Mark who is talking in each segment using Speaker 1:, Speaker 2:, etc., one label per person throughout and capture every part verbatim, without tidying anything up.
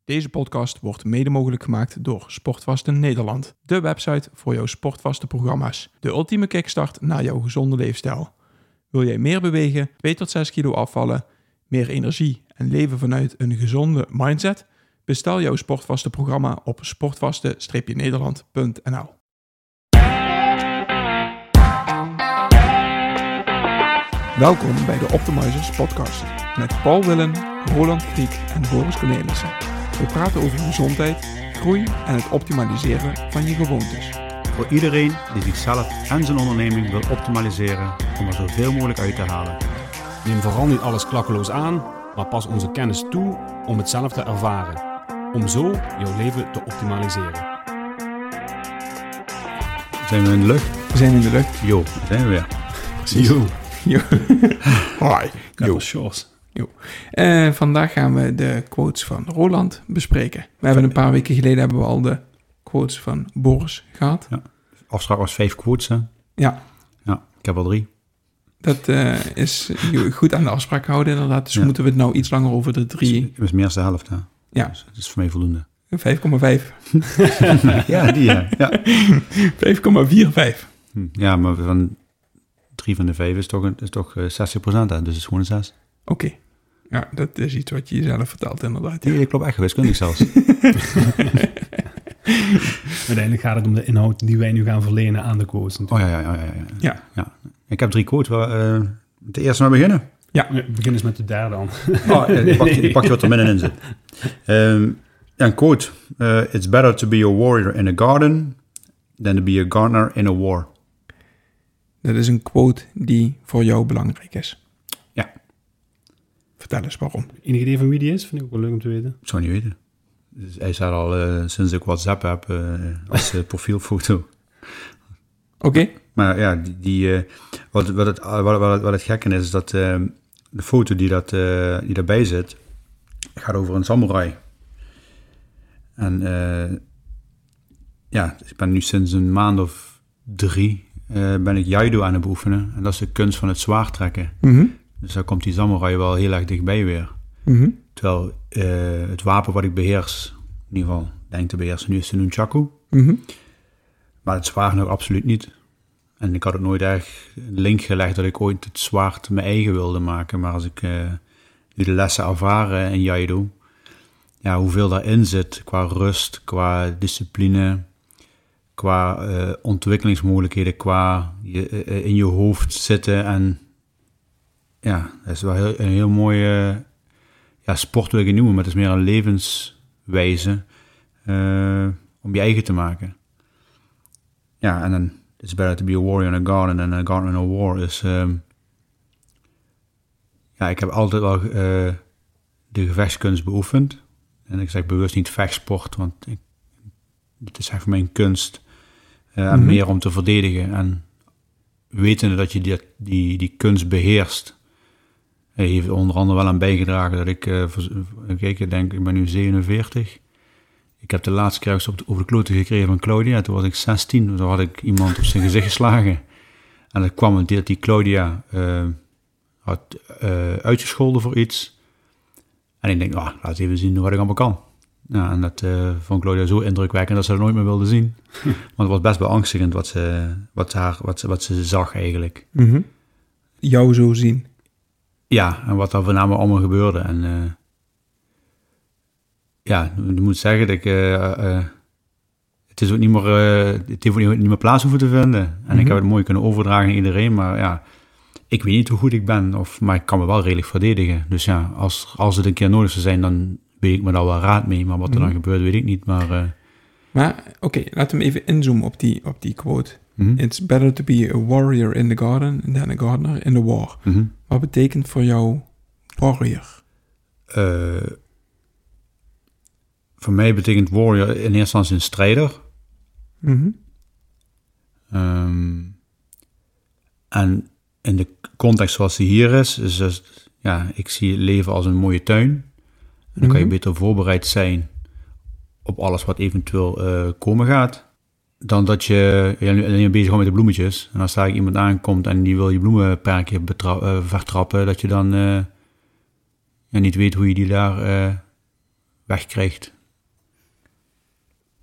Speaker 1: Deze podcast wordt mede mogelijk gemaakt door Sportvasten Nederland. De website voor jouw sportvaste programma's. De ultieme kickstart naar jouw gezonde leefstijl. Wil jij meer bewegen, twee tot zes kilo afvallen, meer energie en leven vanuit een gezonde mindset? Bestel jouw Sportvasten programma op sportvasten nederland punt n l. Welkom bij de Optimizers podcast met Paul Willen, Roland Kriek en Boris Cornelissen. We praten over gezondheid, groei en het optimaliseren van je gewoontes.
Speaker 2: Voor iedereen die zichzelf en zijn onderneming wil optimaliseren om er zoveel mogelijk uit te halen.
Speaker 3: Neem vooral niet alles klakkeloos aan, maar pas onze kennis toe om het zelf te ervaren. Om zo jouw leven te optimaliseren.
Speaker 2: Zijn we in de lucht?
Speaker 1: We zijn in de lucht.
Speaker 2: Jo, daar zijn we weer.
Speaker 3: Precies.
Speaker 1: Jo. Jo. Hoi. Jo.
Speaker 3: Shores.
Speaker 1: Jo. Uh, vandaag gaan we de quotes van Roland bespreken. We hebben een paar weken geleden hebben we al de quotes van Boris gehad.
Speaker 2: Ja. Afspraak was vijf quotes, hè?
Speaker 1: Ja.
Speaker 2: Ja, ik heb al drie.
Speaker 1: Dat uh, is goed aan de afspraak houden inderdaad. Dus ja. Moeten we het nou iets langer over de drie...
Speaker 2: Het is meer dan de helft, hè?
Speaker 1: Ja.
Speaker 2: Dus dat is voor mij voldoende.
Speaker 1: vijf komma vijf.
Speaker 2: Ja, die, ja. ja.
Speaker 1: vijf komma vierenzestig.
Speaker 2: Ja, maar van drie van de vijf is toch, is toch zestig procent, hè? Dus het is gewoon een zes.
Speaker 1: Oké. Okay. Ja, dat is iets wat je jezelf vertelt inderdaad. Ja.
Speaker 2: Nee, dat klopt echt, wiskundig zelfs.
Speaker 3: Uiteindelijk gaat het om de inhoud die wij nu gaan verlenen aan de quotes.
Speaker 2: Oh ja, ja, ja, ja, ja.
Speaker 1: ja.
Speaker 2: ja. Ik heb drie quotes. Uh, de eerste maar beginnen.
Speaker 3: Ja, we beginnen eens met de derde dan.
Speaker 2: Oh, ja, ik, pak, ik pak je wat er middenin zit. Um, ja, een quote. Uh, It's better to be a warrior in a garden than to be a gardener in a war.
Speaker 1: Dat is een quote die voor jou belangrijk is.
Speaker 2: Ja.
Speaker 1: Vertel eens waarom.
Speaker 3: Enig idee van wie die is? Vind ik ook wel leuk om te weten.
Speaker 2: Ik zou niet weten. Dus hij staat al uh, sinds ik WhatsApp heb uh, als uh, profielfoto.
Speaker 1: Oké. Okay.
Speaker 2: Maar ja, die, die, uh, wat, wat, het, wat, wat, het, wat het gekke is, is dat uh, de foto die, dat, uh, die daarbij zit, gaat over een samurai. En uh, ja, ik ben nu sinds een maand of drie uh, ben ik Jaido aan het beoefenen. En dat is de kunst van het zwaard trekken.
Speaker 1: Mm-hmm.
Speaker 2: Dus daar komt die samurai wel heel erg dichtbij weer.
Speaker 1: Mm-hmm.
Speaker 2: Terwijl uh, het wapen wat ik beheers, in ieder geval denk te beheersen, nu is de nunchaku.
Speaker 1: Mm-hmm. Maar
Speaker 2: het zwaard nog absoluut niet. En ik had het nooit erg een link gelegd dat ik ooit het zwaard mijn eigen wilde maken. Maar als ik uh, nu de lessen ervaren in Jaido, ja, hoeveel daarin zit qua rust, qua discipline, qua uh, ontwikkelingsmogelijkheden, qua je, uh, in je hoofd zitten. En ja, dat is wel heel, een heel mooie ja, sport wil ik het noemen, maar het is meer een levenswijze uh, om je eigen te maken. Ja, en dan it's better to be a warrior in a garden than a gardener in a war. Is, um, ja, ik heb altijd wel uh, de gevechtskunst beoefend. En ik zeg bewust niet vechtsport, want ik, het is echt voor mij een kunst. Uh, mm-hmm. En meer om te verdedigen. En wetende dat je die, die, die kunst beheerst, heeft onder andere wel aan bijgedragen dat ik, uh, kijk, ik denk, ik ben nu zevenenveertig. Ik heb de laatste keer over de kloten gekregen van Claudia. Toen was ik zestien. Toen had ik iemand op zijn gezicht geslagen. En dan kwam het dat die Claudia uh, had uh, uitgescholden voor iets. En ik denk, ah, laat even zien wat ik allemaal kan. Nou, en dat uh, vond Claudia zo indrukwekkend dat ze dat nooit meer wilde zien. Want het was best beangstigend wat ze, wat ze, haar, wat ze, wat ze zag eigenlijk.
Speaker 1: Mm-hmm. Jou zo zien.
Speaker 2: Ja, en wat er voornamelijk allemaal gebeurde. En uh, ja, ik moet zeggen dat ik, uh, uh, het is ook niet meer, uh, het heeft ook niet meer plaats hoeven te vinden. En mm-hmm. ik heb het mooi kunnen overdragen aan iedereen, maar ja, ik weet niet hoe goed ik ben, of, maar ik kan me wel redelijk verdedigen. Dus ja, als, als het een keer nodig zou zijn, dan weet ik me daar wel raad mee, maar wat er mm-hmm. dan gebeurt, weet ik niet. Maar, uh,
Speaker 1: maar oké, okay, laten we even inzoomen op die, op die quote.
Speaker 2: Mm-hmm.
Speaker 1: It's better to be a warrior in the garden than a gardener in the war.
Speaker 2: Mm-hmm.
Speaker 1: Wat betekent voor jou warrior?
Speaker 2: Uh, voor mij betekent warrior in eerste instantie een strijder.
Speaker 1: Mm-hmm.
Speaker 2: Um, en in de context zoals die hier is, is dus, ja, ik zie het leven als een mooie tuin. En dan mm-hmm. kan je beter voorbereid zijn op alles wat eventueel uh, komen gaat, dan dat je, ja, je bezig bent met de bloemetjes. En als daar iemand aankomt en die wil je bloemen per keer betra- uh, vertrappen, dat je dan uh, ja, niet weet hoe je die daar uh, wegkrijgt.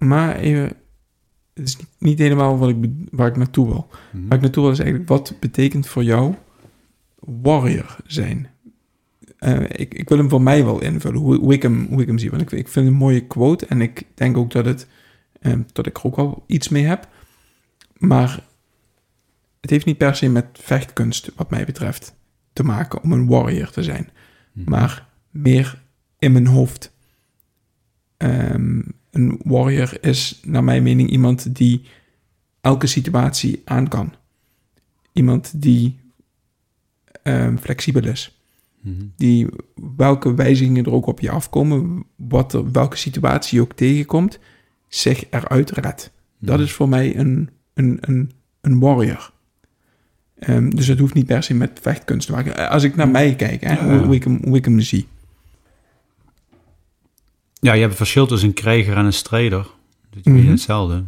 Speaker 1: Maar even, het is niet helemaal wat ik, waar ik naartoe wil.
Speaker 2: Mm-hmm.
Speaker 1: Waar ik naartoe wil is eigenlijk, wat betekent voor jou warrior zijn? Uh, ik, ik wil hem voor mij wel invullen, hoe, hoe, ik, hem, hoe ik hem zie. Want ik, ik vind het een mooie quote en ik denk ook dat, het, um, dat ik er ook wel iets mee heb. Maar het heeft niet per se met vechtkunst, wat mij betreft, te maken om een warrior te zijn. Mm-hmm. Maar meer in mijn hoofd. Um, een warrior is, naar mijn mening, iemand die elke situatie aan kan. Iemand die um, flexibel is. Mm-hmm. Die welke wijzigingen er ook op je afkomen, wat er, welke situatie je ook tegenkomt, zich eruit redt. Mm-hmm. Dat is voor mij een, een, een, een warrior. Um, dus het hoeft niet per se met vechtkunst te maken. Als ik naar mij kijk, hè,
Speaker 2: ja.
Speaker 1: hoe, hoe, ik hem, hoe ik hem zie.
Speaker 2: Ja, je hebt het verschil tussen een krijger en een strijder. Dat is mm-hmm. hetzelfde.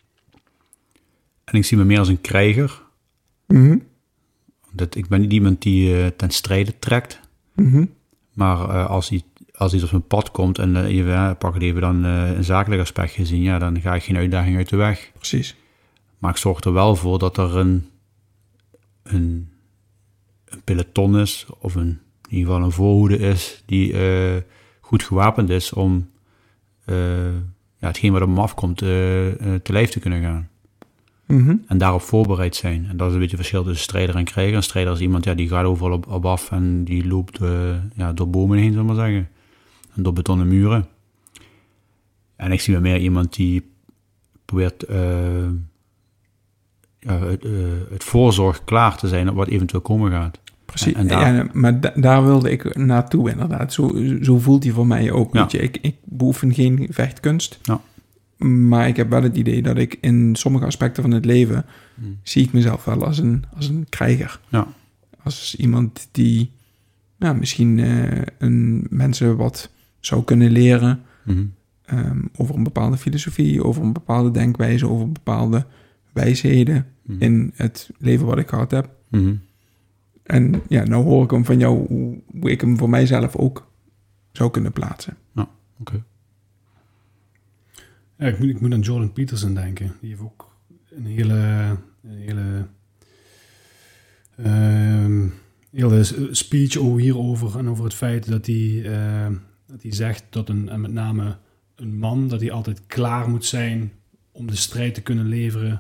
Speaker 2: En ik zie me meer als een krijger.
Speaker 1: Mm-hmm.
Speaker 2: Dat, ik ben niet iemand die uh, ten strijde trekt.
Speaker 1: Mm-hmm.
Speaker 2: Maar uh, als, iets, als iets op mijn pad komt en uh, even, uh, pak het even dan uh, een zakelijk aspect gezien, ja, dan ga ik geen uitdaging uit de weg.
Speaker 1: Precies.
Speaker 2: Maar ik zorg er wel voor dat er een, een, een peloton is, of een, in ieder geval een voorhoede is, die uh, goed gewapend is om uh, ja, hetgeen wat op me afkomt uh, uh, te lijf te kunnen gaan.
Speaker 1: Mm-hmm.
Speaker 2: En daarop voorbereid zijn. En dat is een beetje het verschil tussen strijder en krijger. Een strijder is iemand ja, die gaat overal op, op af en die loopt uh, ja, door bomen heen, zullen we maar zeggen. En door betonnen muren. En ik zie me meer iemand die probeert uh, ja, het, uh, het voorzorg klaar te zijn op wat eventueel komen gaat.
Speaker 1: Precies,
Speaker 2: en, en daar...
Speaker 1: ja, maar da- daar wilde ik naartoe inderdaad. Zo, zo voelt hij voor mij ook.
Speaker 2: Ja.
Speaker 1: Weet je, ik, ik beoefen geen vechtkunst.
Speaker 2: Ja.
Speaker 1: Maar ik heb wel het idee dat ik in sommige aspecten van het leven hmm. zie ik mezelf wel als een, als een krijger.
Speaker 2: Ja.
Speaker 1: Als iemand die ja, misschien uh, een, mensen wat zou kunnen leren mm-hmm. um, over een bepaalde filosofie, over een bepaalde denkwijze, over bepaalde wijsheden mm-hmm. in het leven wat ik gehad heb.
Speaker 2: Mm-hmm.
Speaker 1: En ja, nou hoor ik hem van jou hoe, hoe ik hem voor mijzelf ook zou kunnen plaatsen.
Speaker 2: Ja, oké. Okay.
Speaker 3: Ja, ik moet, ik moet aan Jordan Peterson denken. Die heeft ook een hele, een hele, uh, hele speech over hierover en over het feit dat hij, uh, dat hij zegt dat een, en met name een man, dat hij altijd klaar moet zijn om de strijd te kunnen leveren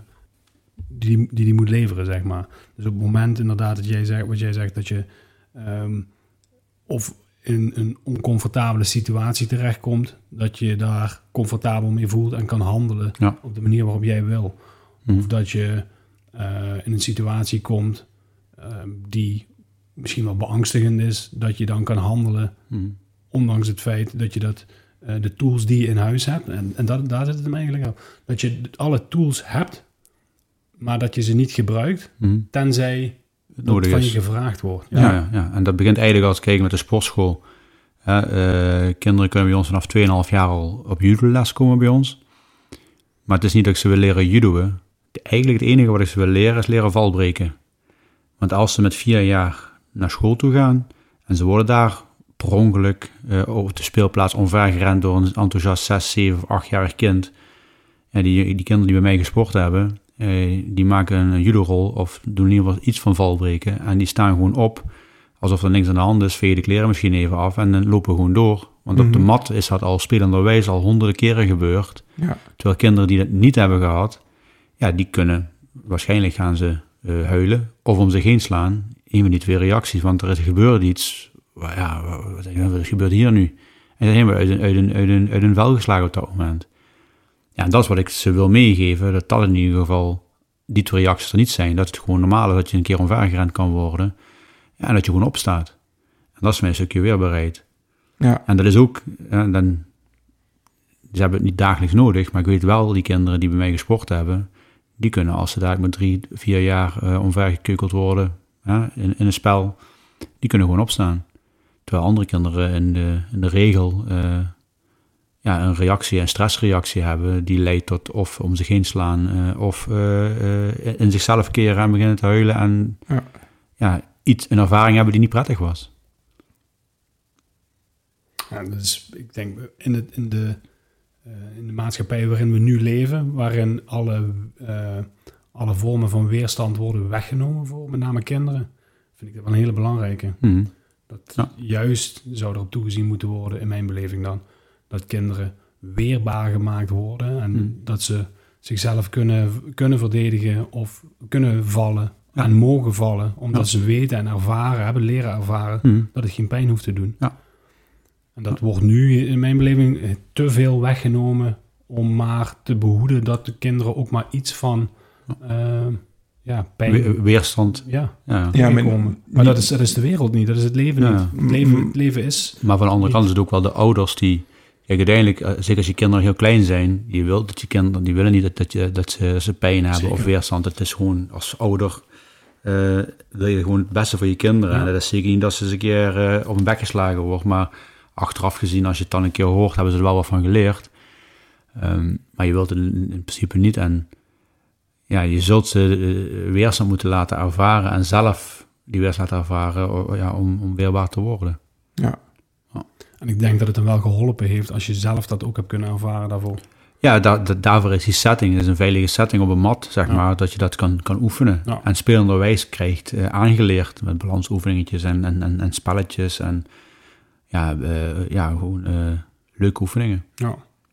Speaker 3: die die, die moet leveren, zeg maar. Dus op het moment inderdaad dat jij zegt, wat jij zegt, dat je um, of in een oncomfortabele situatie terechtkomt, dat je daar comfortabel mee voelt en kan handelen
Speaker 2: ja.
Speaker 3: op de manier waarop jij wil. Mm. Of dat je uh, in een situatie komt uh, die misschien wel beangstigend is, dat je dan kan handelen, mm. ondanks het feit dat je dat, uh, de tools die je in huis hebt, en, en dat, daar zit het hem eigenlijk op, dat je alle tools hebt, maar dat je ze niet gebruikt, mm. tenzij dat van je gevraagd wordt.
Speaker 2: Ja. Ja, ja, ja, en dat begint eigenlijk als kijken met de sportschool. Ja, uh, kinderen kunnen bij ons vanaf twee komma vijf jaar al op judo-les komen bij ons. Maar het is niet dat ik ze wil leren judoën. Eigenlijk het enige wat ik ze wil leren is leren valbreken. Want als ze met vier jaar naar school toe gaan en ze worden daar per ongeluk uh, op de speelplaats omvergerend door een enthousiast zes, zeven of achtjarig kind. En die, die kinderen die bij mij gesport hebben, Uh, die maken een judo-rol of doen in ieder geval iets van valbreken. En die staan gewoon op, alsof er niks aan de hand is, vegen de kleren misschien even af en dan lopen gewoon door. Want mm-hmm. op de mat is dat al spelenderwijs al honderden keren gebeurd.
Speaker 1: Ja.
Speaker 2: Terwijl kinderen die dat niet hebben gehad, ja, die kunnen, waarschijnlijk gaan ze uh, huilen of om zich heen slaan. Een van die twee reacties, want er is gebeurd iets, ja, wat, wat gebeurt hier nu? En dan zijn we uit een, uit een, uit een, uit een vel geslagen op dat moment. Ja, en dat is wat ik ze wil meegeven, dat dat in ieder geval die twee reacties er niet zijn. Dat het gewoon normaal is dat je een keer omvergerend kan worden. Ja, en dat je gewoon opstaat. En dat is mijn stukje weerbaarheid.
Speaker 1: Ja.
Speaker 2: En dat is ook, ja, dan, ze hebben het niet dagelijks nodig, maar ik weet wel, die kinderen die bij mij gesport hebben, die kunnen als ze daar met drie, vier jaar uh, omvergekeukeld worden ja, in, in een spel, die kunnen gewoon opstaan. Terwijl andere kinderen in de, in de regel uh, ja, een reactie, een stressreactie hebben, die leidt tot of om zich heen slaan, uh, of uh, uh, in zichzelf keren en beginnen te huilen en
Speaker 1: ja.
Speaker 2: Ja, iets, een ervaring hebben die niet prettig was.
Speaker 3: Ja, dus ik denk in, het, in de uh, in de maatschappij waarin we nu leven, waarin alle, uh, alle vormen van weerstand worden weggenomen voor met name kinderen, vind ik dat wel een hele belangrijke.
Speaker 2: Mm.
Speaker 3: Dat
Speaker 2: Ja.
Speaker 3: juist zou erop toegezien moeten worden, in mijn beleving dan, dat kinderen weerbaar gemaakt worden en
Speaker 2: Mm.
Speaker 3: dat ze zichzelf kunnen, kunnen verdedigen of kunnen vallen
Speaker 2: Ja.
Speaker 3: en mogen vallen, omdat
Speaker 2: Ja.
Speaker 3: ze weten en ervaren, hebben leren ervaren,
Speaker 2: Mm.
Speaker 3: dat het geen pijn hoeft te doen.
Speaker 2: Ja.
Speaker 3: En dat wordt nu in mijn beleving te veel weggenomen om maar te behoeden dat de kinderen ook maar iets van uh, ja, pijn...
Speaker 2: We- weerstand.
Speaker 3: ja,
Speaker 2: Ja.
Speaker 1: Ja, maar,
Speaker 3: komen. Maar dat is, dat is de wereld niet, dat is het leven
Speaker 2: Ja.
Speaker 3: niet. Het leven, het leven is...
Speaker 2: Maar van de andere kant is het ook wel de ouders die... Kijk, uiteindelijk, eh, zeker als je kinderen heel klein zijn, die, wil, dat je kinderen, die willen niet dat, dat, je, dat ze, ze pijn hebben
Speaker 3: Zeker.
Speaker 2: of weerstand. Het is gewoon, als ouder uh, wil je gewoon het beste voor je kinderen.
Speaker 3: Ja.
Speaker 2: En dat is zeker niet dat ze eens een keer uh, op een bek geslagen worden, maar achteraf gezien, als je het dan een keer hoort, hebben ze er wel wat van geleerd. Um, maar je wilt het in, in principe niet. En ja, je zult ze uh, weerstand moeten laten ervaren en zelf die weerstand laten ervaren uh, ja, om, om weerbaar te worden.
Speaker 1: Ja.
Speaker 3: En ik denk dat het hem wel geholpen heeft als je zelf dat ook hebt kunnen ervaren daarvoor.
Speaker 2: Ja, da, da, daarvoor is die setting, dat is een veilige setting op een mat, zeg
Speaker 3: Ja.
Speaker 2: maar, dat je dat kan, kan oefenen.
Speaker 3: Ja.
Speaker 2: En spelenderwijs krijgt uh, aangeleerd met balansoefeningetjes en, en, en, en spelletjes en ja, uh, ja gewoon uh, leuke oefeningen.
Speaker 3: Ja.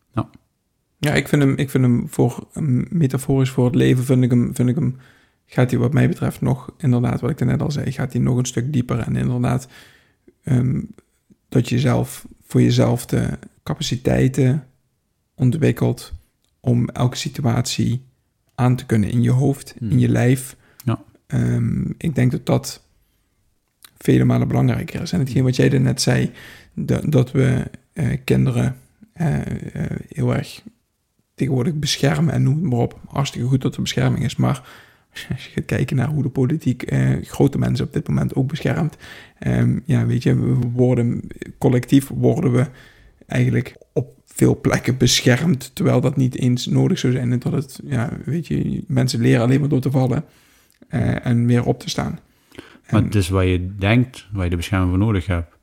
Speaker 1: Ja, ik vind hem, ik vind hem voor um, metaforisch voor het leven, vind ik hem, vind ik hem, gaat hij wat mij betreft nog, inderdaad, wat ik net al zei, gaat hij nog een stuk dieper. En inderdaad, um, dat je zelf, voor jezelf de capaciteiten ontwikkelt om elke situatie aan te kunnen in je hoofd,
Speaker 2: Hmm.
Speaker 1: in je lijf.
Speaker 2: Ja.
Speaker 1: Um, ik denk dat dat vele malen belangrijker is. En hetgeen wat jij er net zei, dat, dat we uh, kinderen uh, uh, heel erg tegenwoordig beschermen en noem het maar op. Hartstikke goed dat er bescherming is, maar als je gaat kijken naar hoe de politiek uh, grote mensen op dit moment ook beschermt, um, ja, weet je, we worden collectief worden we eigenlijk op veel plekken beschermd, terwijl dat niet eens nodig zou zijn en dat het, ja, weet je, mensen leren alleen maar door te vallen uh, en weer op te staan.
Speaker 2: Maar
Speaker 1: En,
Speaker 2: het is waar je denkt, waar je de bescherming voor nodig hebt.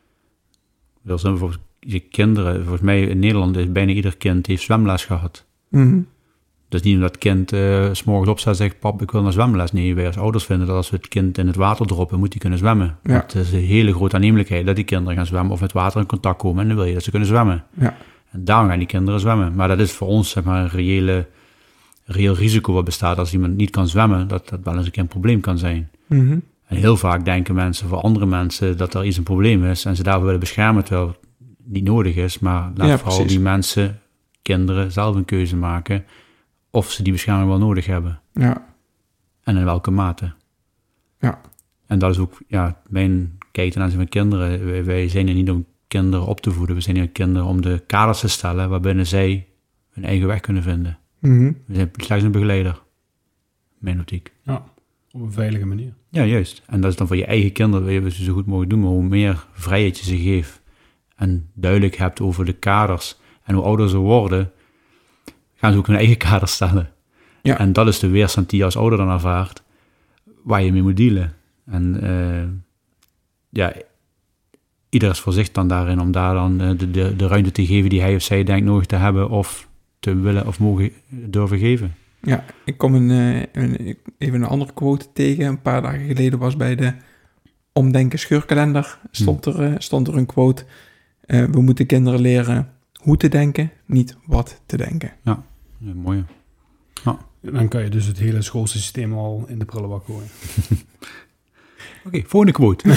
Speaker 2: Dat zijn bijvoorbeeld je kinderen, volgens mij in Nederland is bijna ieder kind heeft zwemles gehad.
Speaker 1: mm-hmm.
Speaker 2: Dus niet omdat het kind uh, 's morgens opstaat en zegt, pap, ik wil naar zwemles. Nee, wij als ouders vinden dat als we het kind in het water droppen, moet hij kunnen zwemmen.
Speaker 1: Ja.
Speaker 2: Want het is een hele grote aannemelijkheid dat die kinderen gaan zwemmen of met water in contact komen. En dan wil je dat ze kunnen zwemmen.
Speaker 1: Ja.
Speaker 2: En daarom gaan die kinderen zwemmen. Maar dat is voor ons zeg maar, een reële, reëel risico wat bestaat als iemand niet kan zwemmen, dat dat wel eens een keer een probleem kan zijn.
Speaker 1: Mm-hmm.
Speaker 2: En heel vaak denken mensen voor andere mensen dat er iets een probleem is en ze daarvoor willen beschermen, terwijl het niet nodig is. Maar laat
Speaker 1: Ja,
Speaker 2: vooral
Speaker 1: precies.
Speaker 2: die mensen, kinderen, zelf een keuze maken of ze die bescherming wel nodig hebben.
Speaker 1: Ja.
Speaker 2: En in welke mate.
Speaker 1: Ja.
Speaker 2: En dat is ook, ja, mijn kijk ten aanzien van kinderen. Wij, wij zijn er niet om kinderen op te voeden. We zijn er om kinderen om de kaders te stellen waarbinnen zij hun eigen weg kunnen vinden.
Speaker 1: Mm-hmm.
Speaker 2: We zijn slechts een begeleider. Mijn optiek.
Speaker 3: Ja, op een veilige manier.
Speaker 2: Ja, juist. En dat is dan voor je eigen kinderen, wil je ze zo goed mogelijk doen, maar hoe meer vrijheid je ze geeft en duidelijk hebt over de kaders en hoe ouder ze worden, gaan ze ook hun eigen kaders stellen.
Speaker 1: Ja.
Speaker 2: En dat is de weerstand die je als ouder dan ervaart, waar je mee moet dealen. En uh, ja, ieder is voor zich dan daarin om daar dan uh, de, de, de ruimte te geven die hij of zij denkt nodig te hebben of te willen of mogen durven geven.
Speaker 1: Ja, ik kom een, uh, een, even een andere quote tegen. Een paar dagen geleden was bij de Omdenken scheurkalender stond er, uh, stond er een quote. Uh, we moeten kinderen leren hoe te denken, niet wat te denken.
Speaker 2: Ja, ja mooi. Ja.
Speaker 3: Dan kan je dus het hele schoolsysteem al in de prullenbak gooien.
Speaker 2: Oké, okay, volgende quote.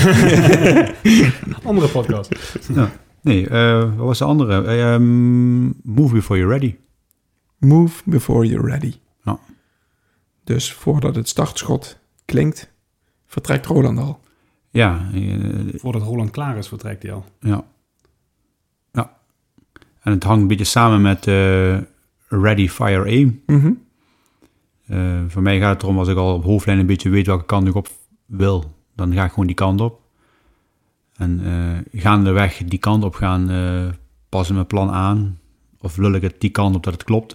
Speaker 3: Andere podcast.
Speaker 2: Ja. Nee, uh, wat was de andere? Uh, um, move before you're ready.
Speaker 1: Move before you're ready.
Speaker 2: Ja.
Speaker 1: Dus voordat het startschot klinkt, vertrekt Roland al.
Speaker 2: Ja. Uh,
Speaker 3: Voordat Roland klaar is, vertrekt hij al.
Speaker 2: Ja. Ja. En het hangt een beetje samen met uh, ready, fire, aim.
Speaker 1: Mm-hmm.
Speaker 2: Uh, voor mij gaat het erom, als ik al op hoofdlijn een beetje weet welke kant ik op wil, dan ga ik gewoon die kant op. En uh, gaandeweg die kant op gaan, uh, passen mijn plan aan. Of lul ik het die kant op dat het klopt.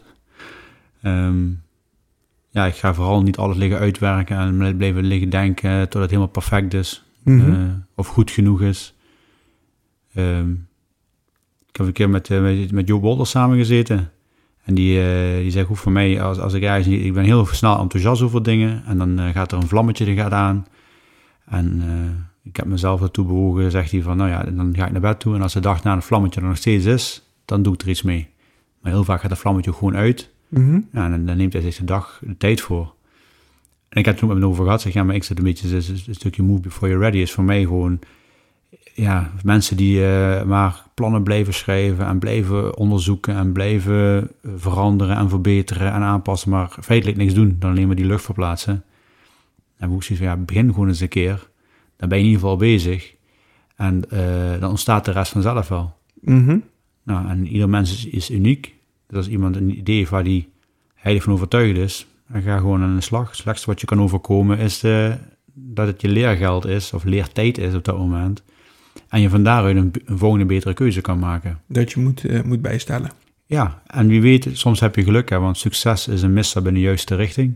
Speaker 2: Um, ja, ik ga vooral niet alles liggen uitwerken en blijven liggen denken tot het helemaal perfect is.
Speaker 1: Mm-hmm.
Speaker 2: Uh, of goed genoeg is. Um, ik heb een keer met, uh, met, met Joe Wolters samengezeten. En die, uh, die zei, goed voor mij, als, als ik ergens, ik ben heel snel enthousiast over dingen. En dan uh, gaat er een vlammetje er gaat aan. En uh, ik heb mezelf ertoe bewogen, zegt hij van, nou ja, dan ga ik naar bed toe. En als de dag na het vlammetje er nog steeds is, dan doe ik er iets mee. Maar heel vaak gaat het vlammetje gewoon uit.
Speaker 1: Mm-hmm.
Speaker 2: Ja, en dan, dan neemt hij zich de dag de tijd voor. En ik heb het toen met hem over gehad, zeg, ja, maar ik zit een beetje, een, een stukje move before you're ready is voor mij gewoon, ja, mensen die uh, maar plannen blijven schrijven en blijven onderzoeken en blijven veranderen en verbeteren en aanpassen, maar feitelijk niks doen, dan alleen maar die lucht verplaatsen. En hoe zoiets van, ja, begin gewoon eens een keer. Dan ben je in ieder geval bezig. En uh, dan ontstaat de rest vanzelf wel.
Speaker 1: Mm-hmm.
Speaker 2: Nou, en ieder mens is, is uniek. Dus als iemand een idee heeft waar die heilig van overtuigd is, dan ga gewoon aan de slag. Het slechtste wat je kan overkomen is uh, dat het je leergeld is, of leertijd is op dat moment. En je van daaruit een, een volgende betere keuze kan maken.
Speaker 1: Dat je moet, uh, moet bijstellen.
Speaker 2: Ja, en wie weet, soms heb je geluk, hè, want succes is een misstap in de juiste richting.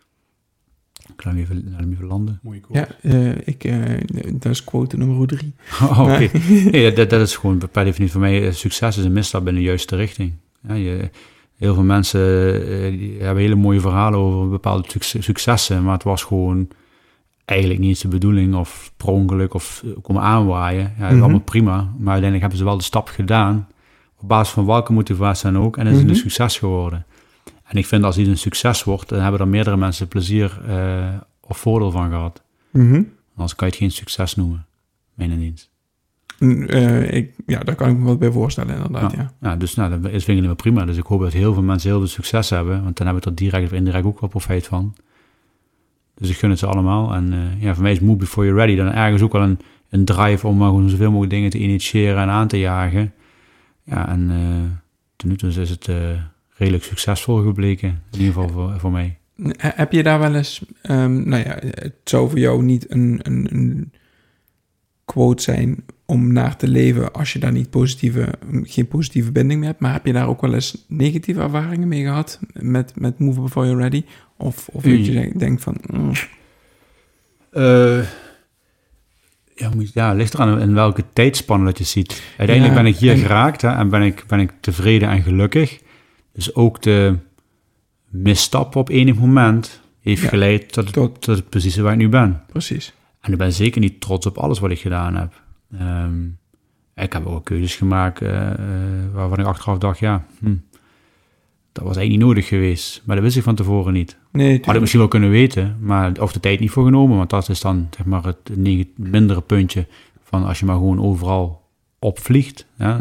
Speaker 2: Ik laat hem even, laat hem even landen.
Speaker 3: Mooie quote.
Speaker 1: Ja, uh, ik, uh, dat is quote nummer drie.
Speaker 2: Oh, oké. Okay. Nee, dat, dat is gewoon per definitie voor mij, succes is een misstap in de juiste richting. Ja, je, heel veel mensen uh, die hebben hele mooie verhalen over bepaalde successen, maar het was gewoon eigenlijk niet eens de bedoeling of per ongeluk of uh, komen aanwaaien. Ja, dat is mm-hmm. allemaal prima, maar uiteindelijk hebben ze wel de stap gedaan, op basis van welke motivatie dan ook, en is mm-hmm. het een succes geworden. En ik vind als iets een succes wordt, dan hebben er meerdere mensen plezier uh, of voordeel van gehad.
Speaker 1: Mm-hmm.
Speaker 2: Anders kan je het geen succes noemen, mijn inziens.
Speaker 1: Uh, ik, ja, daar kan ik me wat bij voorstellen inderdaad, ja.
Speaker 2: Ja, ja dus nou, dat is vind ik wel prima. Dus ik hoop dat heel veel mensen heel veel succes hebben, want dan hebben we er direct of indirect ook wel profijt van. Dus ik gun het ze allemaal. En uh, ja, voor mij is move before you're ready dan ergens ook wel een, een drive om maar gewoon zoveel mogelijk dingen te initiëren en aan te jagen. Ja, en uh, ten nu toe is het uh, redelijk succesvol gebleken, in ieder geval voor, voor mij.
Speaker 1: Heb je daar wel eens, um, nou ja, het zou voor jou niet een, een, een quote zijn om naar te leven als je daar niet positieve, geen positieve binding mee hebt, maar heb je daar ook wel eens negatieve ervaringen mee gehad met, met Move Before You're Ready? Of, of dat je denkt van... Mm.
Speaker 2: Uh, ja, ja, ligt eraan in welke tijdspanne dat je ziet. Uiteindelijk ja, ben ik hier en, geraakt hè, en ben ik, ben ik tevreden en gelukkig. Dus ook de misstap op enig moment heeft ja, geleid tot, tot, tot het precies waar ik nu ben.
Speaker 1: Precies.
Speaker 2: En ik ben zeker niet trots op alles wat ik gedaan heb. Um, ik heb ook keuzes gemaakt uh, uh, waarvan ik achteraf dacht, ja, hm, dat was eigenlijk niet nodig geweest. Maar dat wist ik van tevoren niet.
Speaker 1: Nee,
Speaker 2: had ik misschien wel kunnen weten, maar of de tijd niet voor genomen. Want dat is dan zeg maar het mindere puntje van als je maar gewoon overal opvliegt. Ja.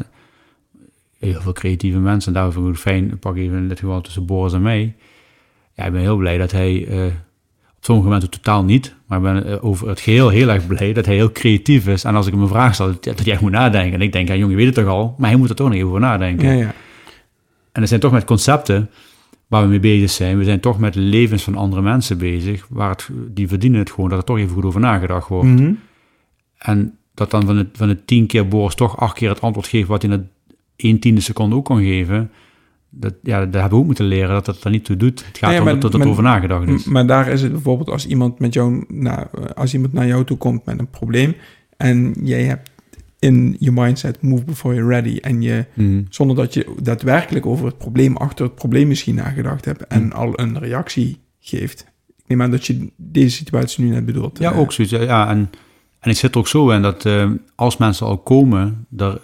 Speaker 2: Heel veel creatieve mensen, en daarvoor goed fijn, pak even in dit geval tussen Boris en mij. Ja, ik ben heel blij dat hij... Uh, sommige momenten totaal niet, maar ik ben over het geheel heel erg blij dat hij heel creatief is. En als ik hem een vraag stel, dat hij echt moet nadenken. En ik denk, ja jongen, je weet het toch al, maar hij moet er toch nog even over nadenken.
Speaker 1: Ja, ja.
Speaker 2: En er zijn toch met concepten waar we mee bezig zijn. We zijn toch met levens van andere mensen bezig, waar het, die verdienen het gewoon dat er toch even goed over nagedacht wordt.
Speaker 1: Mm-hmm.
Speaker 2: En dat dan van de, van de tien keer Boris toch acht keer het antwoord geeft wat hij in één tiende seconde ook kon geven. Dat, ja, daar hebben we ook moeten leren dat dat er niet toe doet. Het gaat ja, ja, om dat er over nagedacht is.
Speaker 1: Maar daar is het bijvoorbeeld als iemand met jou, nou, als iemand naar jou toe komt met een probleem en jij hebt in je mindset move before you're ready en je, mm. zonder dat je daadwerkelijk over het probleem achter het probleem misschien nagedacht hebt en mm. al een reactie geeft. Ik neem aan dat je deze situatie nu net bedoelt.
Speaker 2: Ja, uh, ook zoiets. Ja, en, en ik zit er ook zo in dat uh, als mensen al komen, daar...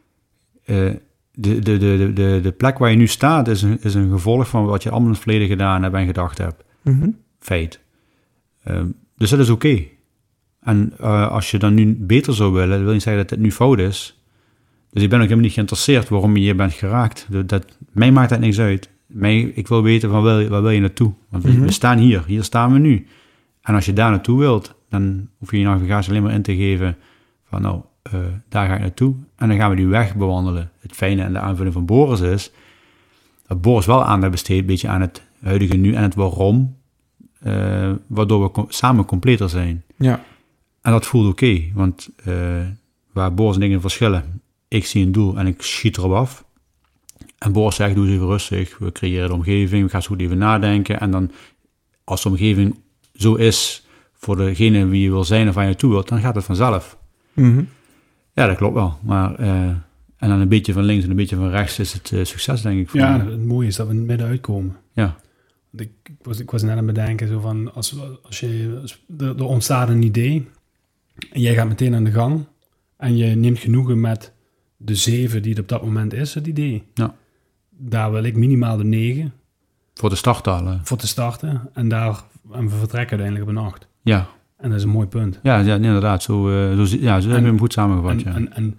Speaker 2: Uh, De, de, de, de, de plek waar je nu staat is een, is een gevolg van wat je allemaal in het verleden gedaan hebt en gedacht hebt.
Speaker 1: Mm-hmm.
Speaker 2: Feit. Um, dus dat is oké. Okay. En uh, als je dan nu beter zou willen, dat wil niet zeggen dat het nu fout is. Dus ik ben ook helemaal niet geïnteresseerd waarom je hier bent geraakt. Dat, dat, mij maakt dat niks uit. Mij, ik wil weten, van waar, waar wil je naartoe? Want we, mm-hmm. we staan hier, hier staan we nu. En als je daar naartoe wilt, dan hoef je je navigatie alleen maar in te geven van nou... Uh, daar ga ik naartoe en dan gaan we die weg bewandelen. Het fijne en de aanvulling van Boris is dat Boris wel aandacht besteedt een beetje aan het huidige nu en het waarom, uh, waardoor we com- samen completer zijn.
Speaker 1: Ja.
Speaker 2: En dat voelt oké, okay, want uh, waar Boris en ik verschillen, ik zie een doel en ik schiet erop af. En Boris zegt, doe eens even rustig, we creëren de omgeving, we gaan zo goed even nadenken. En dan, als de omgeving zo is voor degene wie je wil zijn of waar je naartoe wilt, dan gaat het vanzelf.
Speaker 1: Mm-hmm.
Speaker 2: Ja, dat klopt wel. Maar, uh, En dan een beetje van links en een beetje van rechts is het uh, succes, denk ik. Voor
Speaker 3: ja,
Speaker 2: me.
Speaker 3: het mooie is dat we in het midden uitkomen.
Speaker 2: Ja.
Speaker 3: Ik, ik, was, ik was net aan het bedenken, zo van, als, als je, als, er, er ontstaat een idee en jij gaat meteen aan de gang en je neemt genoegen met de zeven die het op dat moment is, het idee.
Speaker 2: Ja.
Speaker 3: Daar wil ik minimaal de negen.
Speaker 2: Voor de start halen.
Speaker 3: Voor te starten en, daar, en we vertrekken uiteindelijk op een acht.
Speaker 2: Ja.
Speaker 3: En dat is een mooi punt.
Speaker 2: Ja, ja inderdaad. Zo, uh, zo, ja, zo hebben we hem goed samengevat.
Speaker 3: En,
Speaker 2: ja.
Speaker 3: en, en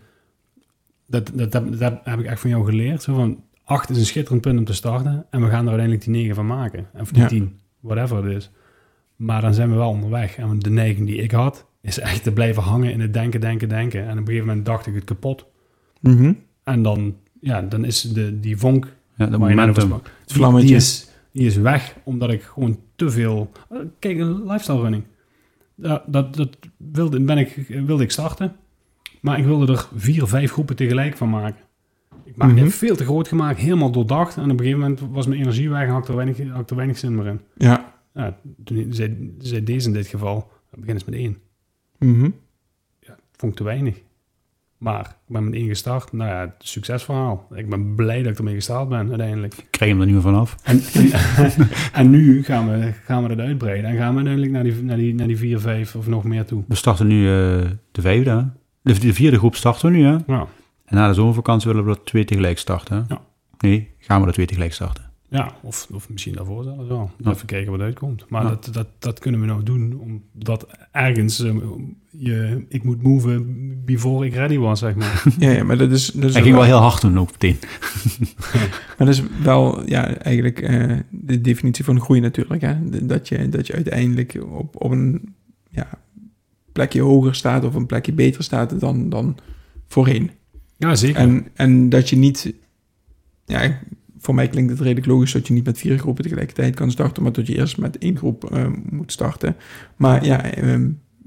Speaker 3: dat, dat, dat, dat heb ik echt van jou geleerd. Zo van, acht is een schitterend punt om te starten. En we gaan er uiteindelijk die negen van maken. En voor die
Speaker 1: Ja.
Speaker 3: tien, whatever het is. Maar dan zijn we wel onderweg. En de neiging die ik had, is echt te blijven hangen in het denken, denken, denken. En op een gegeven moment dacht ik het kapot.
Speaker 1: Mm-hmm.
Speaker 3: En dan, ja, dan is de, die vonk...
Speaker 2: Ja, dat
Speaker 3: waar je net over
Speaker 2: momentum.
Speaker 3: sprak,
Speaker 1: Het
Speaker 3: die,
Speaker 1: vlammetje.
Speaker 3: die, is, die is weg, omdat ik gewoon te veel... Kijk, een lifestyle running. Dat, dat, dat wilde, ben ik, wilde ik starten. Maar ik wilde er vier, vijf groepen tegelijk van maken. Ik maakte
Speaker 1: Mhm.
Speaker 3: het veel te groot gemaakt, helemaal doordacht. En op een gegeven moment was mijn energie weg en had ik er weinig, had ik er weinig zin meer in.
Speaker 1: Ja.
Speaker 3: Ja, toen zei, zei deze in dit geval, begin eens met één.
Speaker 1: Mm-hmm.
Speaker 3: Ja, vond ik te weinig. Maar ik ben met één gestart. Nou ja, succesverhaal. Ik ben blij dat ik ermee gestart ben uiteindelijk.
Speaker 2: Ik kreeg hem er niet meer vanaf.
Speaker 3: En, en, en nu gaan we, gaan we dat uitbreiden. En gaan we uiteindelijk naar die, naar die, naar die vier, vijf of nog meer toe.
Speaker 2: We starten nu uh, de vijfde. Hè? De, de vierde groep starten we nu. Hè?
Speaker 3: Ja,
Speaker 2: En na de zomervakantie willen we er twee tegelijk starten. Hè?
Speaker 3: Ja.
Speaker 2: Nee, gaan we er twee tegelijk starten.
Speaker 3: ja of, of misschien daarvoor zelfs wel.
Speaker 2: Ja.
Speaker 3: Even kijken wat uitkomt. Maar
Speaker 2: Ja.
Speaker 3: dat, dat, dat kunnen we nog doen. Omdat ergens uh, je, ik moet moven before ik ready was, zeg maar.
Speaker 1: Ja, ja, maar dat is... Dat is
Speaker 2: Hij
Speaker 1: ook
Speaker 2: ging wel heel hard doen ook meteen.
Speaker 1: Maar dat is wel ja, eigenlijk eh, de definitie van groei natuurlijk. Hè? De- Dat, je, dat je uiteindelijk op, op een ja, plekje hoger staat of een plekje beter staat dan, dan voorheen.
Speaker 3: Ja, zeker.
Speaker 1: En, en dat je niet... Ja, voor mij klinkt het redelijk logisch dat je niet met vier groepen tegelijkertijd kan starten, maar dat je eerst met één groep eh, moet starten. Maar ja, ehm,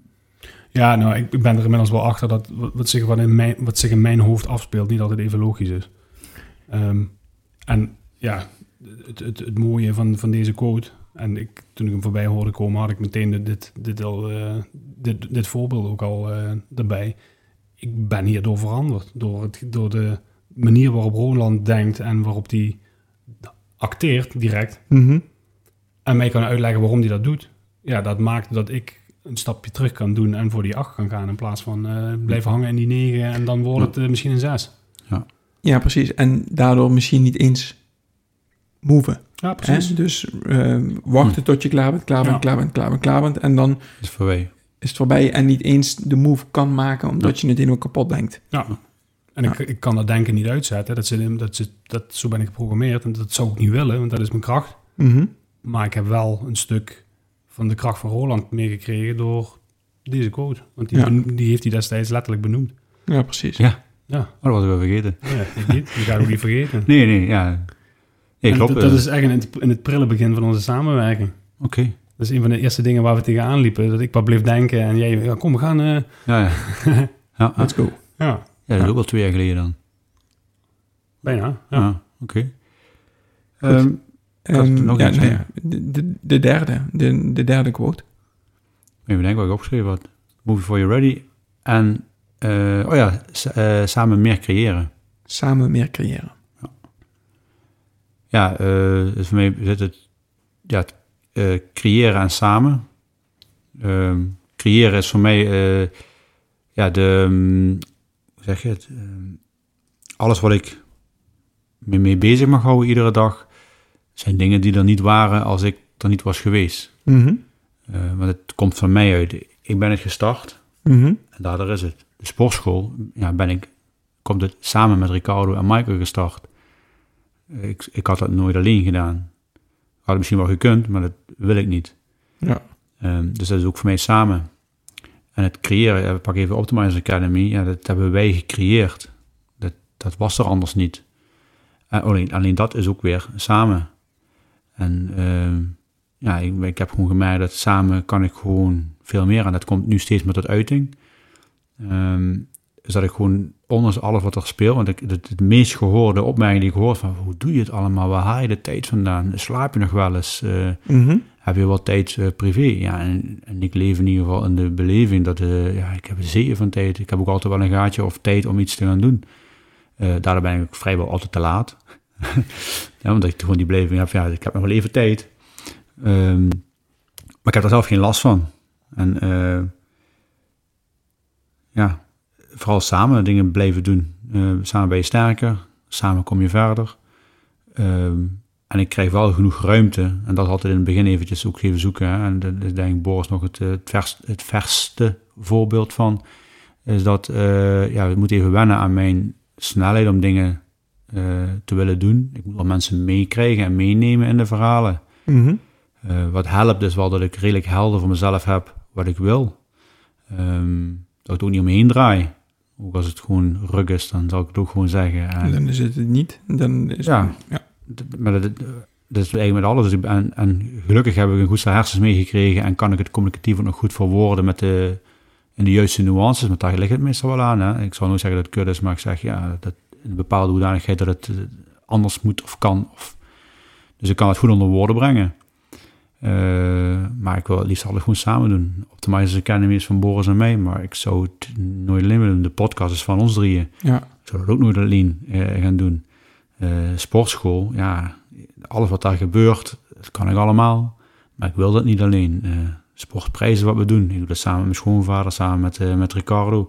Speaker 3: Ja, nou, ik, ik ben er inmiddels wel achter dat wat, wat, zich, wat, in mijn, wat zich in mijn hoofd afspeelt niet altijd even logisch is. Ehm, en ja, het, het, het mooie van, van deze quote, en ik, toen ik hem voorbij hoorde komen, had ik meteen dit, dit, dit, al, uh, dit, dit voorbeeld ook al uh, erbij. Ik ben hierdoor veranderd, door, het, door de manier waarop Roland denkt en waarop hij acteert direct.
Speaker 1: mhm.
Speaker 3: En mij kan uitleggen waarom hij dat doet. Ja, dat maakt dat ik een stapje terug kan doen en voor die acht kan gaan in plaats van uh, blijven hangen in die negen en dan wordt het uh, misschien een zes.
Speaker 1: Ja, precies. En daardoor misschien niet eens moven.
Speaker 3: Ja, precies.
Speaker 1: Hè? Dus eh, wachten tot je klaar bent, klaar bent,
Speaker 3: Ja.
Speaker 1: klaar bent, klaar bent, klaar bent. En dan
Speaker 2: is voorbij.
Speaker 1: is het voorbij en niet eens de move kan maken omdat je het helemaal kapot denkt.
Speaker 3: Ja. En ik, ik kan dat denken niet uitzetten. Dat zit, dat zit, dat, zo ben ik geprogrammeerd en dat zou ik niet willen, want dat is mijn kracht.
Speaker 1: Mhm.
Speaker 3: Maar ik heb wel een stuk van de kracht van Roland meegekregen door deze quote. Want die,
Speaker 1: Ja.
Speaker 3: beno- die heeft hij destijds letterlijk benoemd.
Speaker 1: Ja, precies.
Speaker 2: Ja,
Speaker 3: Ja,
Speaker 2: oh, dat was ik wel vergeten.
Speaker 3: ja ik niet. Die ga ik ook niet vergeten.
Speaker 2: Nee, nee, ja. Nee,
Speaker 3: En
Speaker 2: klopt.
Speaker 3: dat, dat is echt in het, in het prille begin van onze samenwerking.
Speaker 2: Oké.
Speaker 3: Dat is een van de eerste dingen waar we tegenaan liepen. Dat ik maar bleef denken en jij, ja, kom, we gaan... uh,
Speaker 2: Ja, ja. ja, ja.
Speaker 1: Let's go.
Speaker 3: ja,
Speaker 2: Ja, dat is ook wel twee jaar geleden dan.
Speaker 3: bijna. Ja.
Speaker 2: Ja, oké. Ehm, Ik had
Speaker 1: Ehm,
Speaker 2: nog
Speaker 1: ja,
Speaker 2: iets
Speaker 1: nou
Speaker 2: mee.
Speaker 1: ja, de, de, de derde, de, de derde quote.
Speaker 2: even denken wat ik opgeschreven had. Move before you're ready. En, eh, oh ja, s- eh, samen meer creëren.
Speaker 1: Samen meer creëren.
Speaker 2: Ja, eh, dus voor mij zit het, ja, het eh, creëren en samen. Ehm, creëren is voor mij, eh, ja, de, um, hoe zeg je het? Ehm, alles wat ik me mee bezig mag houden iedere dag, zijn dingen die er niet waren als ik er niet was geweest.
Speaker 1: Mhm.
Speaker 2: Uh, want het komt van mij uit. Ik ben het gestart
Speaker 1: Mhm.
Speaker 2: en daardoor is het. De sportschool, ja, ben ik, komt het samen met Ricardo en Michael gestart. Ik, ik had dat nooit alleen gedaan. Ik had het misschien wel gekund, maar dat wil ik niet.
Speaker 1: Ja.
Speaker 2: Um, dus dat is ook voor mij samen. En het creëren, ja, we pakken even Optimizer Academy, ja, dat hebben wij gecreëerd. Dat, dat was er anders niet. En alleen, alleen dat is ook weer samen. En um, ja, ik, ik heb gewoon gemerkt dat samen kan ik gewoon veel meer. En dat komt nu steeds meer tot uiting. Um, dus dat ik gewoon, ondanks alles wat er speelt, want ik, het, het meest gehoorde opmerking die ik hoor van, hoe doe je het allemaal? Waar haal je de tijd vandaan? Slaap je nog wel eens? Uh,
Speaker 1: Mhm.
Speaker 2: Heb je wat tijd uh, privé? Ja, en, en ik leef in ieder geval in de beleving dat, uh, ja, ik heb een zee van tijd. Ik heb ook altijd wel een gaatje of tijd om iets te gaan doen. Uh, daardoor ben ik vrijwel altijd te laat. Ja, omdat ik gewoon die beleving heb, ja, ik heb nog wel even tijd. Um, maar ik heb daar zelf geen last van. En uh, ja, vooral samen dingen blijven doen. Uh, samen ben je sterker, samen kom je verder. Um, en ik krijg wel genoeg ruimte. En dat is altijd in het begin eventjes ook even zoeken. Hè. En dat is denk ik Boris nog het, het, vers, het verste voorbeeld van. Is dat, uh, ja, ik moet even wennen aan mijn snelheid om dingen uh, te willen doen. Ik moet wel mensen meekrijgen en meenemen in de verhalen.
Speaker 1: Mm-hmm.
Speaker 2: Uh, wat helpt is wel dat ik redelijk helder voor mezelf heb wat ik wil. Um, dat ik het ook niet om me heen draai. Ook als het gewoon ruk is, dan zal ik het ook gewoon zeggen. En
Speaker 1: dan is het het niet. Dan is
Speaker 2: ja,
Speaker 1: het, ja.
Speaker 2: D- maar dat, dat is eigenlijk met alles. En, en gelukkig heb ik een goed stel hersens meegekregen en kan ik het communicatief ook nog goed verwoorden met de, in de juiste nuances. Maar daar ligt het meestal wel aan. Hè? Ik zal nooit zeggen dat het kut is, maar ik zeg ja, dat in een bepaalde hoedanigheid dat het anders moet of kan. Of, dus ik kan het goed onder woorden brengen. Uh, maar ik wil het liefst alles gewoon samen doen. Optimize Academy is van Boris en mij, maar ik zou het nooit alleen willen. De podcast is van ons drieën.
Speaker 1: Ja.
Speaker 2: Ik zou dat ook nooit alleen uh, gaan doen. Uh, sportschool, ja, alles wat daar gebeurt, dat kan ik allemaal. Maar ik wil dat niet alleen. Uh, sportprijzen wat we doen. Ik doe dat samen met mijn schoonvader, samen met, uh, met Ricardo.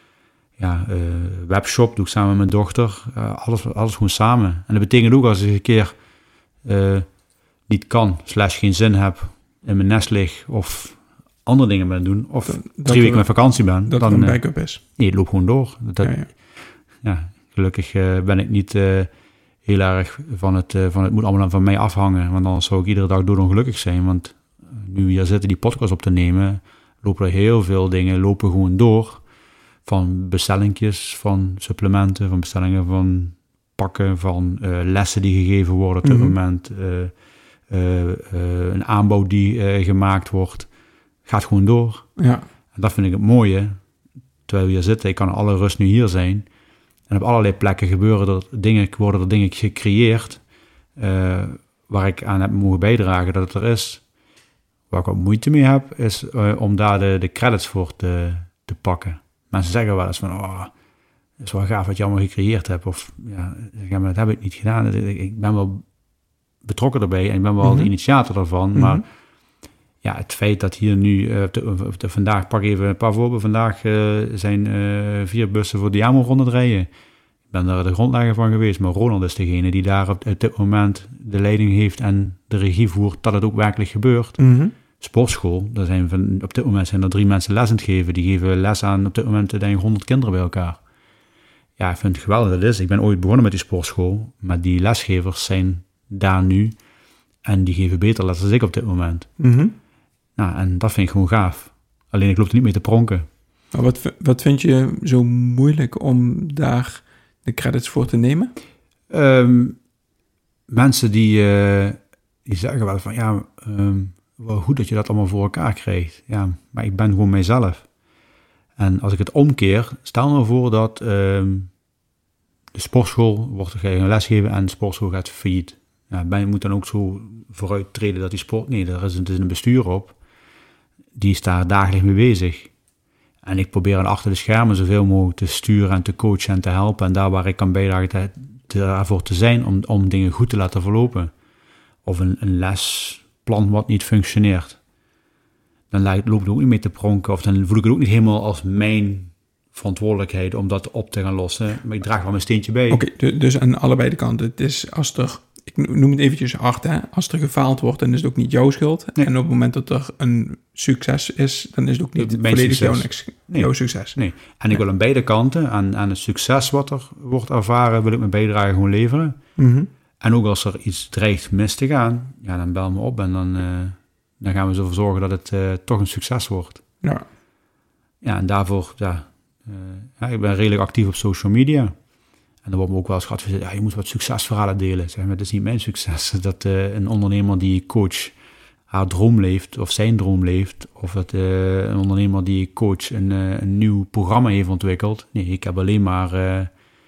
Speaker 2: Ja, uh, webshop doe ik samen met mijn dochter. Uh, alles, alles gewoon samen. En dat betekent ook als ik een keer uh, niet kan, slash geen zin heb, in mijn nest lig of andere dingen ben doen, of dat, drie weken met vakantie ben.
Speaker 1: Dat
Speaker 2: dan,
Speaker 1: er een
Speaker 2: uh,
Speaker 1: backup is.
Speaker 2: Nee, het loopt gewoon door. Dat,
Speaker 1: ja, ja.
Speaker 2: ja, gelukkig uh, ben ik niet uh, heel erg van het, uh, van het moet allemaal van mij afhangen, want anders zou ik iedere dag doodongelukkig zijn, want uh, nu we hier zitten die podcast op te nemen, lopen er heel veel dingen, lopen gewoon door, van bestellingjes, van supplementen, van bestellingen van pakken, van uh, lessen die gegeven worden op dit mm-hmm. moment, uh, uh, uh, een aanbouw die uh, gemaakt wordt, gaat gewoon door.
Speaker 1: Ja.
Speaker 2: En dat vind ik het mooie, terwijl we hier zitten, ik kan in alle rust nu hier zijn. En op allerlei plekken gebeuren er dingen, worden er dingen gecreëerd uh, waar ik aan heb mogen bijdragen dat het er is. Waar ik wat moeite mee heb, is uh, om daar de, de credits voor te, te pakken. Mensen zeggen wel eens van, oh, het is wel gaaf wat je allemaal gecreëerd hebt. Of, ja, maar dat heb ik niet gedaan. Ik ben wel betrokken erbij en ik ben wel mm-hmm. de initiator daarvan, mm-hmm. maar ja, het feit dat hier nu, uh, te, te, vandaag, pak even een paar voorbeelden, vandaag uh, zijn uh, vier bussen voor Diamo-ronde rijden. Ik ben daar de grondlegger van geweest, maar Ronald is degene die daar op, op dit moment de leiding heeft en de regie voert, dat het ook werkelijk gebeurt.
Speaker 1: Mm-hmm.
Speaker 2: Sportschool, daar zijn van, op dit moment zijn er drie mensen les aan het geven, die geven les aan op dit moment denk ik honderd kinderen bij elkaar. Ja, ik vind het geweldig dat is. Ik ben ooit begonnen met die sportschool, maar die lesgevers zijn daar nu en die geven beter les dan ik op dit moment.
Speaker 1: Mm-hmm.
Speaker 2: Nou, en dat vind ik gewoon gaaf. Alleen ik loop er niet mee te pronken.
Speaker 1: Maar wat, wat vind je zo moeilijk om daar de credits voor te nemen?
Speaker 2: Um, mensen die, uh, die zeggen wel van, ja, um, wel goed dat je dat allemaal voor elkaar krijgt. Ja, maar ik ben gewoon mijzelf. En als ik het omkeer, stel nou voor dat um, de sportschool wordt een lesgeven en de sportschool gaat failliet. Ja, ben je moet dan ook zo vooruit treden dat die sport, nee, daar is een, is een bestuur op. Die is daar dagelijks mee bezig. En ik probeer dan achter de schermen zoveel mogelijk te sturen en te coachen en te helpen. En daar waar ik kan bijdragen te, te, daarvoor te zijn om, om dingen goed te laten verlopen. Of een, een lesplan wat niet functioneert. Dan loop ik er ook niet mee te pronken. Of dan voel ik het ook niet helemaal als mijn verantwoordelijkheid om dat op te gaan lossen. Maar ik draag wel mijn steentje bij.
Speaker 1: Oké, okay, dus aan allebei de kanten. Het is als er, ik noem het eventjes hard, hè. Als er gefaald wordt, dan is het ook niet jouw schuld. Nee. En op het moment dat er een succes is, dan is het ook niet het volledig jouw,
Speaker 2: nee.
Speaker 1: jouw succes.
Speaker 2: Nee. En ik wil aan beide kanten, aan, aan het succes wat er wordt ervaren, wil ik mijn bijdrage gewoon leveren.
Speaker 1: Mm-hmm.
Speaker 2: En ook als er iets dreigt mis te gaan, ja, dan bel me op en dan, uh, dan gaan we ervoor zorgen dat het uh, toch een succes wordt.
Speaker 1: Ja.
Speaker 2: Ja, en daarvoor, ja, uh, ja, ik ben redelijk actief op social media. En dan wordt me ook wel eens geadviseerd, ja, je moet wat succesverhalen delen. Zeg maar, dat is niet mijn succes. Dat uh, een ondernemer die coach haar droom leeft, of zijn droom leeft, of dat uh, een ondernemer die coach een, uh, een nieuw programma heeft ontwikkeld. Nee, ik heb alleen maar uh,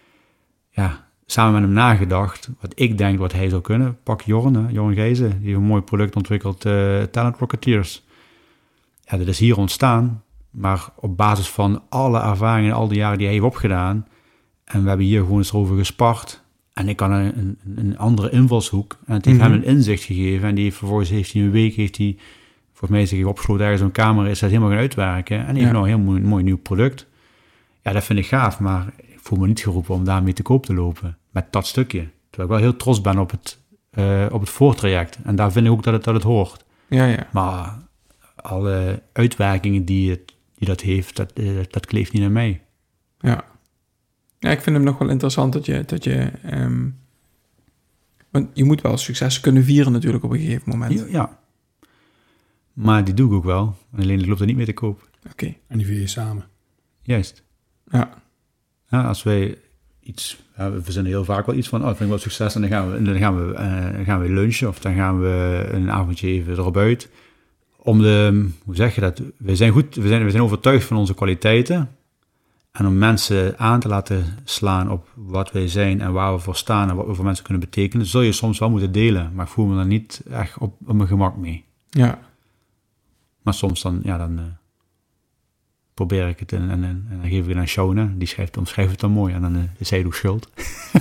Speaker 2: ja, samen met hem nagedacht, wat ik denk wat hij zou kunnen. Pak Jorn, hè, Jorn Gijzen, die heeft een mooi product ontwikkeld, uh, Talent Rocketeers. Ja, dat is hier ontstaan, maar op basis van alle ervaringen, al die jaren die hij heeft opgedaan, En we hebben hier gewoon eens over gespart. En ik had een, een, een andere invalshoek. En het heeft
Speaker 1: Mm-hmm.
Speaker 2: hem een inzicht gegeven. En die heeft, vervolgens heeft hij een week, heeft hij, volgens mij is hij opgesloten ergens zo'n kamer, is dat helemaal gaan uitwerken. En die heeft
Speaker 1: Ja.
Speaker 2: nou een heel mooi, mooi nieuw product. Ja, dat vind ik gaaf, maar ik voel me niet geroepen om daarmee te koop te lopen. Met dat stukje. Terwijl ik wel heel trots ben op het, uh, op het voortraject. En daar vind ik ook dat het, dat het hoort.
Speaker 1: Ja, ja.
Speaker 2: Maar alle uitwerkingen die, het, die dat heeft, dat, uh, dat kleeft niet naar mij.
Speaker 1: Ja. Ja, ik vind hem nog wel interessant dat je... Dat je um, want je moet wel succes kunnen vieren natuurlijk op een gegeven moment.
Speaker 2: Ja, ja. Maar die doe ik ook wel. Alleen ik loop er niet mee te koop.
Speaker 1: Oké. Okay.
Speaker 3: En die vier je samen.
Speaker 2: Juist.
Speaker 1: Ja.
Speaker 2: Ja, als wij iets... Ja, we verzinnen heel vaak wel iets van... Oh, dat vind ik wel succes. En dan gaan we, dan gaan we, uh, dan gaan we lunchen. Of dan gaan we een avondje even erop uit. Om de... Hoe zeg je dat? We zijn goed... We zijn, we zijn overtuigd van onze kwaliteiten. En om mensen aan te laten slaan op wat wij zijn en waar we voor staan en wat we voor mensen kunnen betekenen, zul je soms wel moeten delen. Maar ik voel me daar niet echt op, op mijn gemak mee.
Speaker 1: Ja.
Speaker 2: Maar soms dan, ja, dan uh, probeer ik het en, en, en dan geef ik het aan Shona. Die schrijft, omschrijft het dan mooi en dan uh, is zij ook schuld.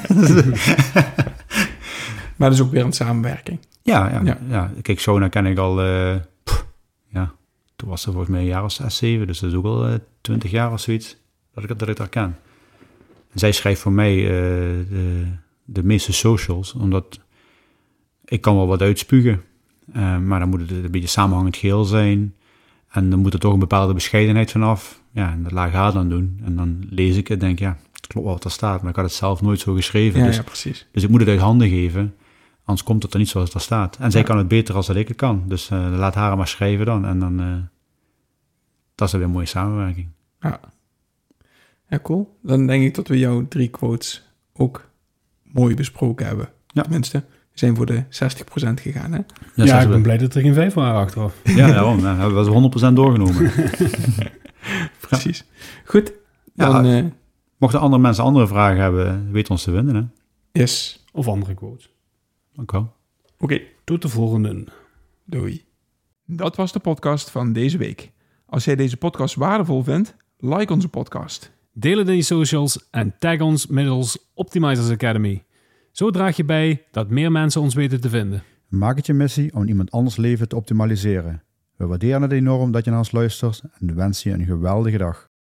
Speaker 1: Maar dat is ook weer een samenwerking.
Speaker 2: Ja, ja,
Speaker 1: ja.
Speaker 2: ja. Kijk, Shona ken ik al, uh, pff, ja, toen was ze volgens mij een jaar of zes, zeven. Dus dat is ook al uh, twintig jaar of zoiets. Dat ik, dat ik haar ken. En zij schrijft voor mij uh, de, de meeste socials, omdat ik kan wel wat uitspugen, uh, maar dan moet het een beetje samenhangend geheel zijn. En dan moet er toch een bepaalde bescheidenheid vanaf. Ja, en dat laat ik haar dan doen. En dan lees ik het en denk, ja, het klopt wel wat er staat, maar ik had het zelf nooit zo geschreven.
Speaker 1: Ja,
Speaker 2: dus,
Speaker 1: ja, precies.
Speaker 2: Dus ik moet het uit handen geven, anders komt het er niet zoals het er staat. En zij
Speaker 1: ja.
Speaker 2: kan het beter als dat ik het kan. Dus uh, laat haar maar schrijven dan. En dan, uh, dat is weer een mooie samenwerking.
Speaker 1: Ja. Ja, cool. Dan denk ik dat we jouw drie quotes ook mooi besproken hebben.
Speaker 2: Ja.
Speaker 1: Tenminste, we zijn voor de zestig procent gegaan, hè?
Speaker 3: Ja, ja ik ben blij dat er geen vijf waren achteraf.
Speaker 2: Ja, daarom. Dan hebben we het honderd procent doorgenomen.
Speaker 1: Precies. Goed. Dan,
Speaker 2: ja,
Speaker 1: uh,
Speaker 2: mochten andere mensen andere vragen hebben, weet ons te vinden, hè?
Speaker 3: Yes. Of andere quotes.
Speaker 2: Dank wel.
Speaker 1: Oké. Okay.
Speaker 3: Tot de volgende.
Speaker 1: Doei. Dat was de podcast van deze week. Als jij deze podcast waardevol vindt, like onze podcast.
Speaker 3: Deel het in je socials en tag ons middels Optimizers Academy. Zo draag je bij dat meer mensen ons weten te vinden.
Speaker 4: Maak het je missie om iemand anders leven te optimaliseren. We waarderen het enorm dat je naar ons luistert en wensen je een geweldige dag.